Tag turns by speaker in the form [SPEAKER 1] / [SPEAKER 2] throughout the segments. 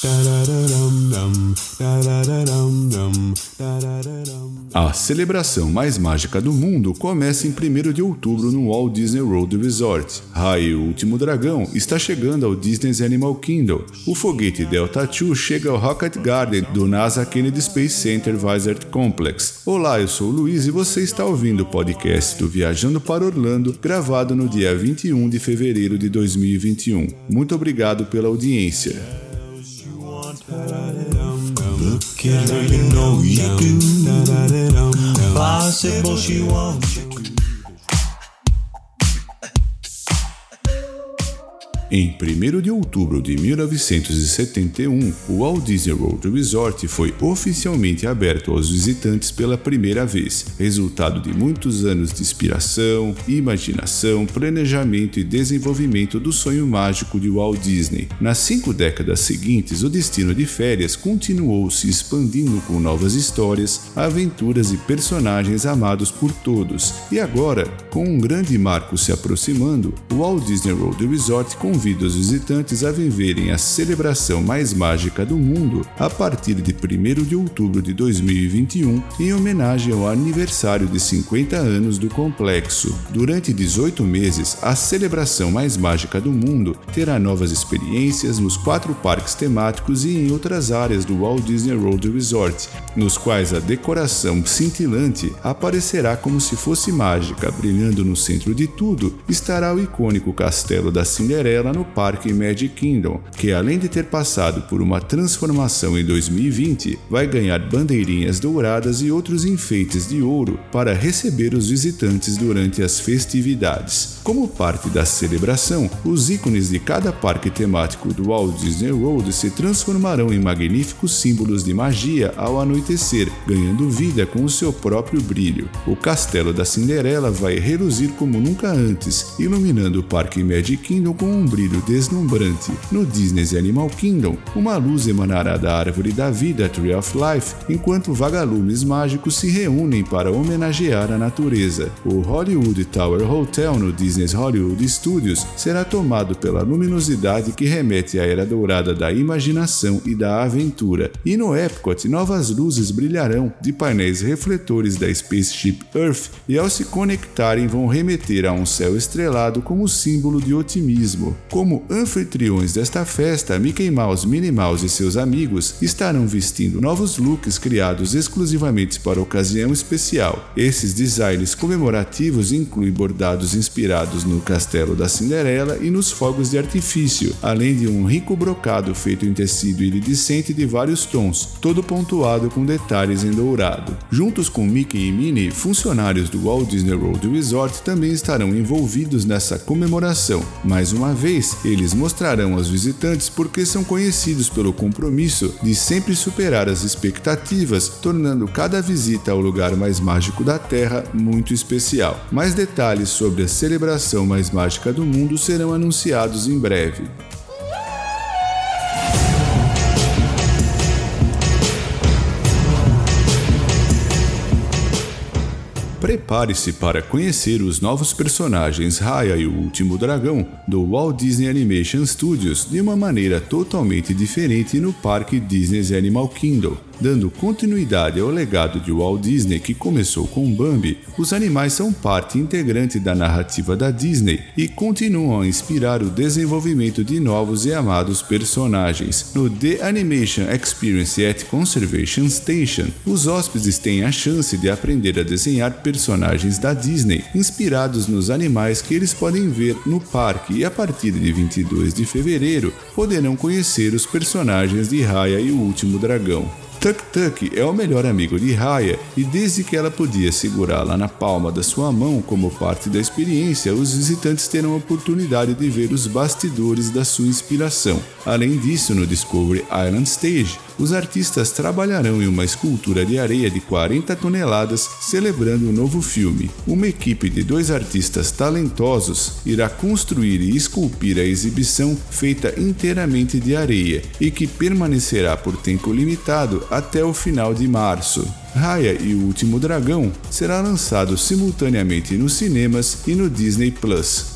[SPEAKER 1] A celebração mais mágica do mundo começa em 1º de outubro no Walt Disney World Resort. Raya e o Último Dragão está chegando ao Disney's Animal Kingdom. O foguete Delta II chega ao Rocket Garden do NASA Kennedy Space Center Visit Complex. Olá, eu sou o Luiz e você está ouvindo o podcast do Viajando para Orlando, gravado no dia 21 de fevereiro de 2021. Muito obrigado pela audiência. Em 1º de outubro de 1971, o Walt Disney World Resort foi oficialmente aberto aos visitantes pela primeira vez, resultado de muitos anos de inspiração, imaginação, planejamento e desenvolvimento do sonho mágico de Walt Disney. Nas 5 décadas seguintes, o destino de férias continuou se expandindo com novas histórias, aventuras e personagens amados por todos. E agora, com um grande marco se aproximando, o Walt Disney World Resort convida os visitantes a viverem a celebração mais mágica do mundo a partir de 1º de outubro de 2021, em homenagem ao aniversário de 50 anos do complexo. Durante 18 meses, a celebração mais mágica do mundo terá novas experiências nos 4 parques temáticos e em outras áreas do Walt Disney World Resort, nos quais a decoração cintilante aparecerá como se fosse mágica. Brilhando no centro de tudo estará o icônico Castelo da Cinderela no Parque Magic Kingdom, que além de ter passado por uma transformação em 2020, vai ganhar bandeirinhas douradas e outros enfeites de ouro para receber os visitantes durante as festividades. Como parte da celebração, os ícones de cada parque temático do Walt Disney World se transformarão em magníficos símbolos de magia ao anoitecer, ganhando vida com o seu próprio brilho. O Castelo da Cinderela vai reluzir como nunca antes, iluminando o Parque Magic Kingdom com um brilho deslumbrante. No Disney's Animal Kingdom, uma luz emanará da Árvore da Vida, Tree of Life, enquanto vagalumes mágicos se reúnem para homenagear a natureza. O Hollywood Tower Hotel no Disney's Hollywood Studios será tomado pela luminosidade que remete à era dourada da imaginação e da aventura. E no Epcot, novas luzes brilharão de painéis refletores da Spaceship Earth e ao se conectarem vão remeter a um céu estrelado como símbolo de otimismo. Como anfitriões desta festa, Mickey Mouse, Minnie Mouse e seus amigos estarão vestindo novos looks criados exclusivamente para a ocasião especial. Esses designs comemorativos incluem bordados inspirados no Castelo da Cinderela e nos fogos de artifício, além de um rico brocado feito em tecido iridescente de vários tons, todo pontuado com detalhes em dourado. Juntos com Mickey e Minnie, funcionários do Walt Disney World Resort também estarão envolvidos nessa comemoração. Mais uma vez, eles mostrarão aos visitantes porque são conhecidos pelo compromisso de sempre superar as expectativas, tornando cada visita ao lugar mais mágico da Terra muito especial. Mais detalhes sobre a celebração mais mágica do mundo serão anunciados em breve. Prepare-se para conhecer os novos personagens Raya e o Último Dragão do Walt Disney Animation Studios de uma maneira totalmente diferente no Parque Disney's Animal Kingdom. Dando continuidade ao legado de Walt Disney que começou com Bambi, os animais são parte integrante da narrativa da Disney e continuam a inspirar o desenvolvimento de novos e amados personagens. No The Animation Experience at Conservation Station, os hóspedes têm a chance de aprender a desenhar personagens da Disney, inspirados nos animais que eles podem ver no parque, e a partir de 22 de fevereiro poderão conhecer os personagens de Raya e o Último Dragão. Tuk Tuk é o melhor amigo de Raya e desde que ela podia segurá-la na palma da sua mão como parte da experiência, os visitantes terão a oportunidade de ver os bastidores da sua inspiração. Além disso, no Discovery Island Stage, os artistas trabalharão em uma escultura de areia de 40 toneladas celebrando o novo filme. Uma equipe de 2 artistas talentosos irá construir e esculpir a exibição feita inteiramente de areia e que permanecerá por tempo limitado até o final de março. Raya e o Último Dragão será lançado simultaneamente nos cinemas e no Disney Plus.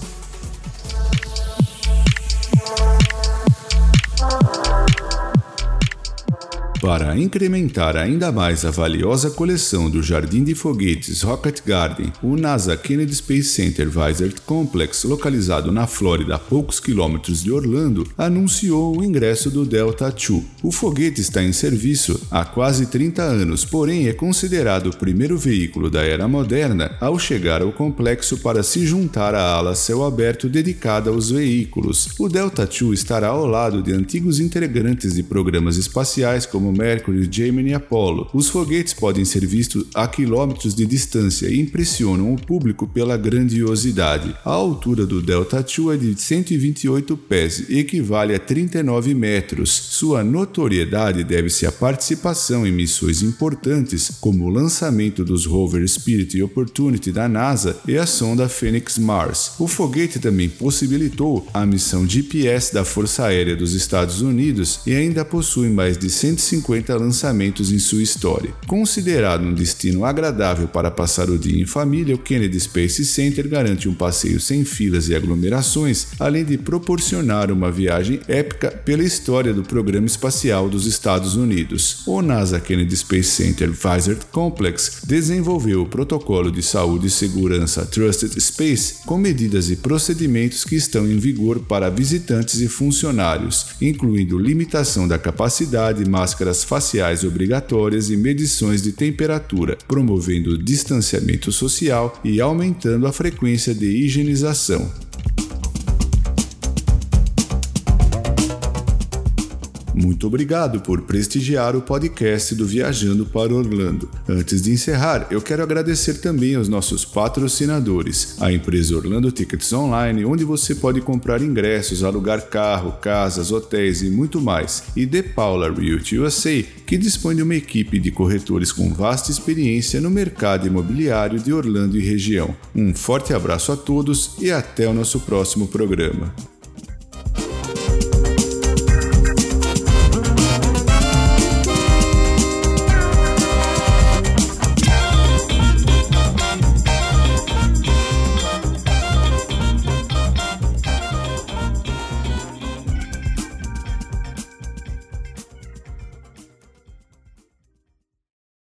[SPEAKER 1] Para incrementar ainda mais a valiosa coleção do Jardim de Foguetes Rocket Garden, o NASA Kennedy Space Center Wizard Complex, localizado na Flórida a poucos quilômetros de Orlando, anunciou o ingresso do Delta II. O foguete está em serviço há quase 30 anos, porém é considerado o primeiro veículo da era moderna ao chegar ao complexo para se juntar à ala céu aberto dedicada aos veículos. O Delta II estará ao lado de antigos integrantes de programas espaciais como Mercury, Gemini e Apollo. Os foguetes podem ser vistos a quilômetros de distância e impressionam o público pela grandiosidade. A altura do Delta II é de 128 pés e equivale a 39 metros. Sua notoriedade deve-se à participação em missões importantes, como o lançamento dos rovers Spirit e Opportunity da NASA e a sonda Phoenix Mars. O foguete também possibilitou a missão GPS da Força Aérea dos Estados Unidos e ainda possui mais de 150 lançamentos em sua história. Considerado um destino agradável para passar o dia em família, o Kennedy Space Center garante um passeio sem filas e aglomerações, além de proporcionar uma viagem épica pela história do programa espacial dos Estados Unidos. O NASA Kennedy Space Center Wizard Complex desenvolveu o protocolo de saúde e segurança Trusted Space com medidas e procedimentos que estão em vigor para visitantes e funcionários, incluindo limitação da capacidade, máscaras faciais obrigatórias e medições de temperatura, promovendo o distanciamento social e aumentando a frequência de higienização. Muito obrigado por prestigiar o podcast do Viajando para Orlando. Antes de encerrar, eu quero agradecer também aos nossos patrocinadores, a empresa Orlando Tickets Online, onde você pode comprar ingressos, alugar carro, casas, hotéis e muito mais, e The Paula Realty USA, que dispõe de uma equipe de corretores com vasta experiência no mercado imobiliário de Orlando e região. Um forte abraço a todos e até o nosso próximo programa.